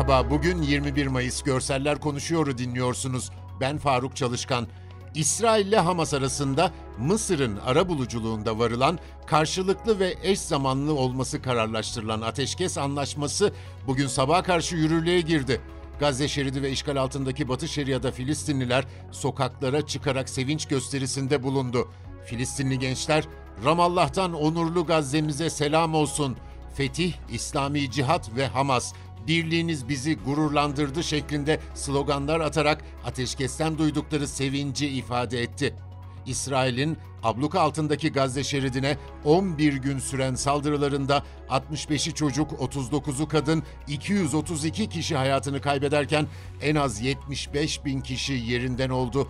Merhaba, bugün 21 Mayıs Görseller Konuşuyor'u dinliyorsunuz. Ben Faruk Çalışkan. İsrail ile Hamas arasında Mısır'ın arabuluculuğunda varılan, karşılıklı ve eş zamanlı olması kararlaştırılan ateşkes anlaşması bugün sabaha karşı yürürlüğe girdi. Gazze şeridi ve işgal altındaki Batı Şeria'da Filistinliler sokaklara çıkarak sevinç gösterisinde bulundu. Filistinli gençler, "Ramallah'tan onurlu Gazze'mize selam olsun. Fetih, İslami Cihat ve Hamas, birliğiniz bizi gururlandırdı" şeklinde sloganlar atarak ateşkesten duydukları sevinci ifade etti. İsrail'in abluka altındaki Gazze şeridine 11 gün süren saldırılarında 65'i çocuk, 39'u kadın, 232 kişi hayatını kaybederken en az 75 bin kişi yerinden oldu.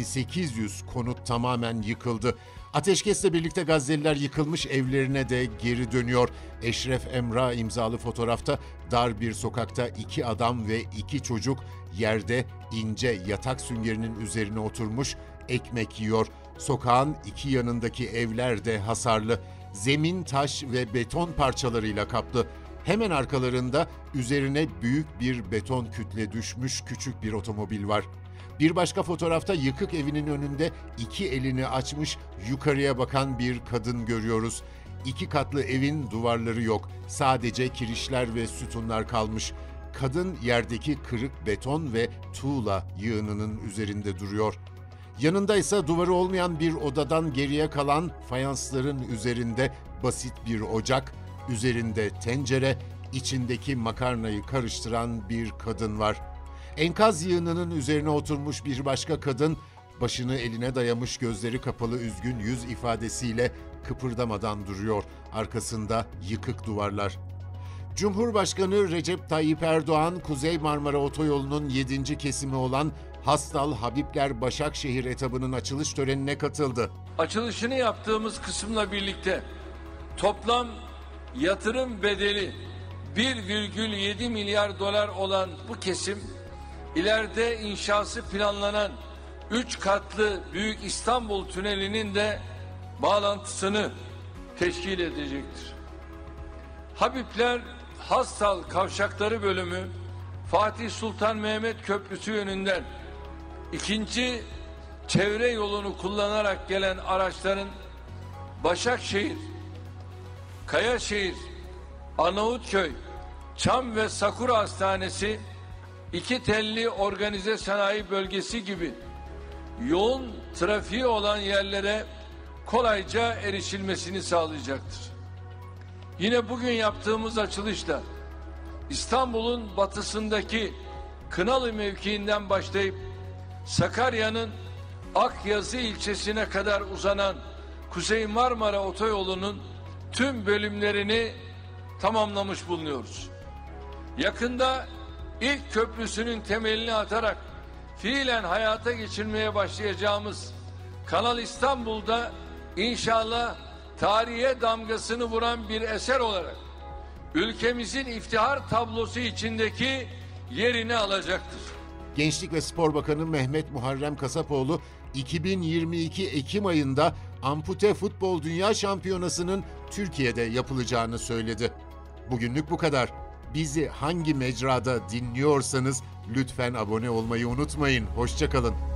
1800 konut tamamen yıkıldı. Ateşkesle birlikte Gazze'liler yıkılmış evlerine de geri dönüyor. Eşref Emrah imzalı fotoğrafta dar bir sokakta 2 adam ve 2 çocuk yerde ince yatak süngerinin üzerine oturmuş ekmek yiyor. Sokağın iki yanındaki evler de hasarlı. Zemin taş ve beton parçalarıyla kaplı. Hemen arkalarında üzerine büyük bir beton kütle düşmüş küçük bir otomobil var. Bir başka fotoğrafta yıkık evinin önünde 2 elini açmış yukarıya bakan bir kadın görüyoruz. 2 katlı evin duvarları yok. Sadece kirişler ve sütunlar kalmış. Kadın yerdeki kırık beton ve tuğla yığınının üzerinde duruyor. Yanında ise duvarı olmayan bir odadan geriye kalan fayansların üzerinde basit bir ocak, üzerinde tencere, içindeki makarnayı karıştıran bir kadın var. Enkaz yığınının üzerine oturmuş bir başka kadın, başını eline dayamış gözleri kapalı üzgün yüz ifadesiyle kıpırdamadan duruyor. Arkasında yıkık duvarlar. Cumhurbaşkanı Recep Tayyip Erdoğan, Kuzey Marmara Otoyolu'nun 7. kesimi olan Hastal-Habibler-Başakşehir etabının açılış törenine katıldı. Açılışını yaptığımız kısımla birlikte toplam yatırım bedeli 1,7 milyar dolar olan bu kesim, ileride inşası planlanan 3 katlı Büyük İstanbul Tüneli'nin de bağlantısını teşkil edecektir. Habibler Hastal Kavşakları bölümü Fatih Sultan Mehmet Köprüsü yönünden ikinci çevre yolunu kullanarak gelen araçların Başakşehir, Kayaşehir, Arnavutköy, Çam ve Sakura Hastanesi, 2 telli organize sanayi bölgesi gibi yoğun trafiği olan yerlere kolayca erişilmesini sağlayacaktır. Yine bugün yaptığımız açılışta İstanbul'un batısındaki Kınalı mevkiinden başlayıp Sakarya'nın Akyazı ilçesine kadar uzanan Kuzey Marmara Otoyolu'nun tüm bölümlerini tamamlamış bulunuyoruz. Yakında ilk köprüsünün temelini atarak fiilen hayata geçirmeye başlayacağımız Kanal İstanbul'da inşallah tarihe damgasını vuran bir eser olarak ülkemizin iftihar tablosu içindeki yerini alacaktır. Gençlik ve Spor Bakanı Mehmet Muharrem Kasapoğlu, 2022 Ekim ayında Ampute Futbol Dünya Şampiyonası'nın Türkiye'de yapılacağını söyledi. Bugünlük bu kadar. Bizi hangi mecrada dinliyorsanız lütfen abone olmayı unutmayın. Hoşça kalın.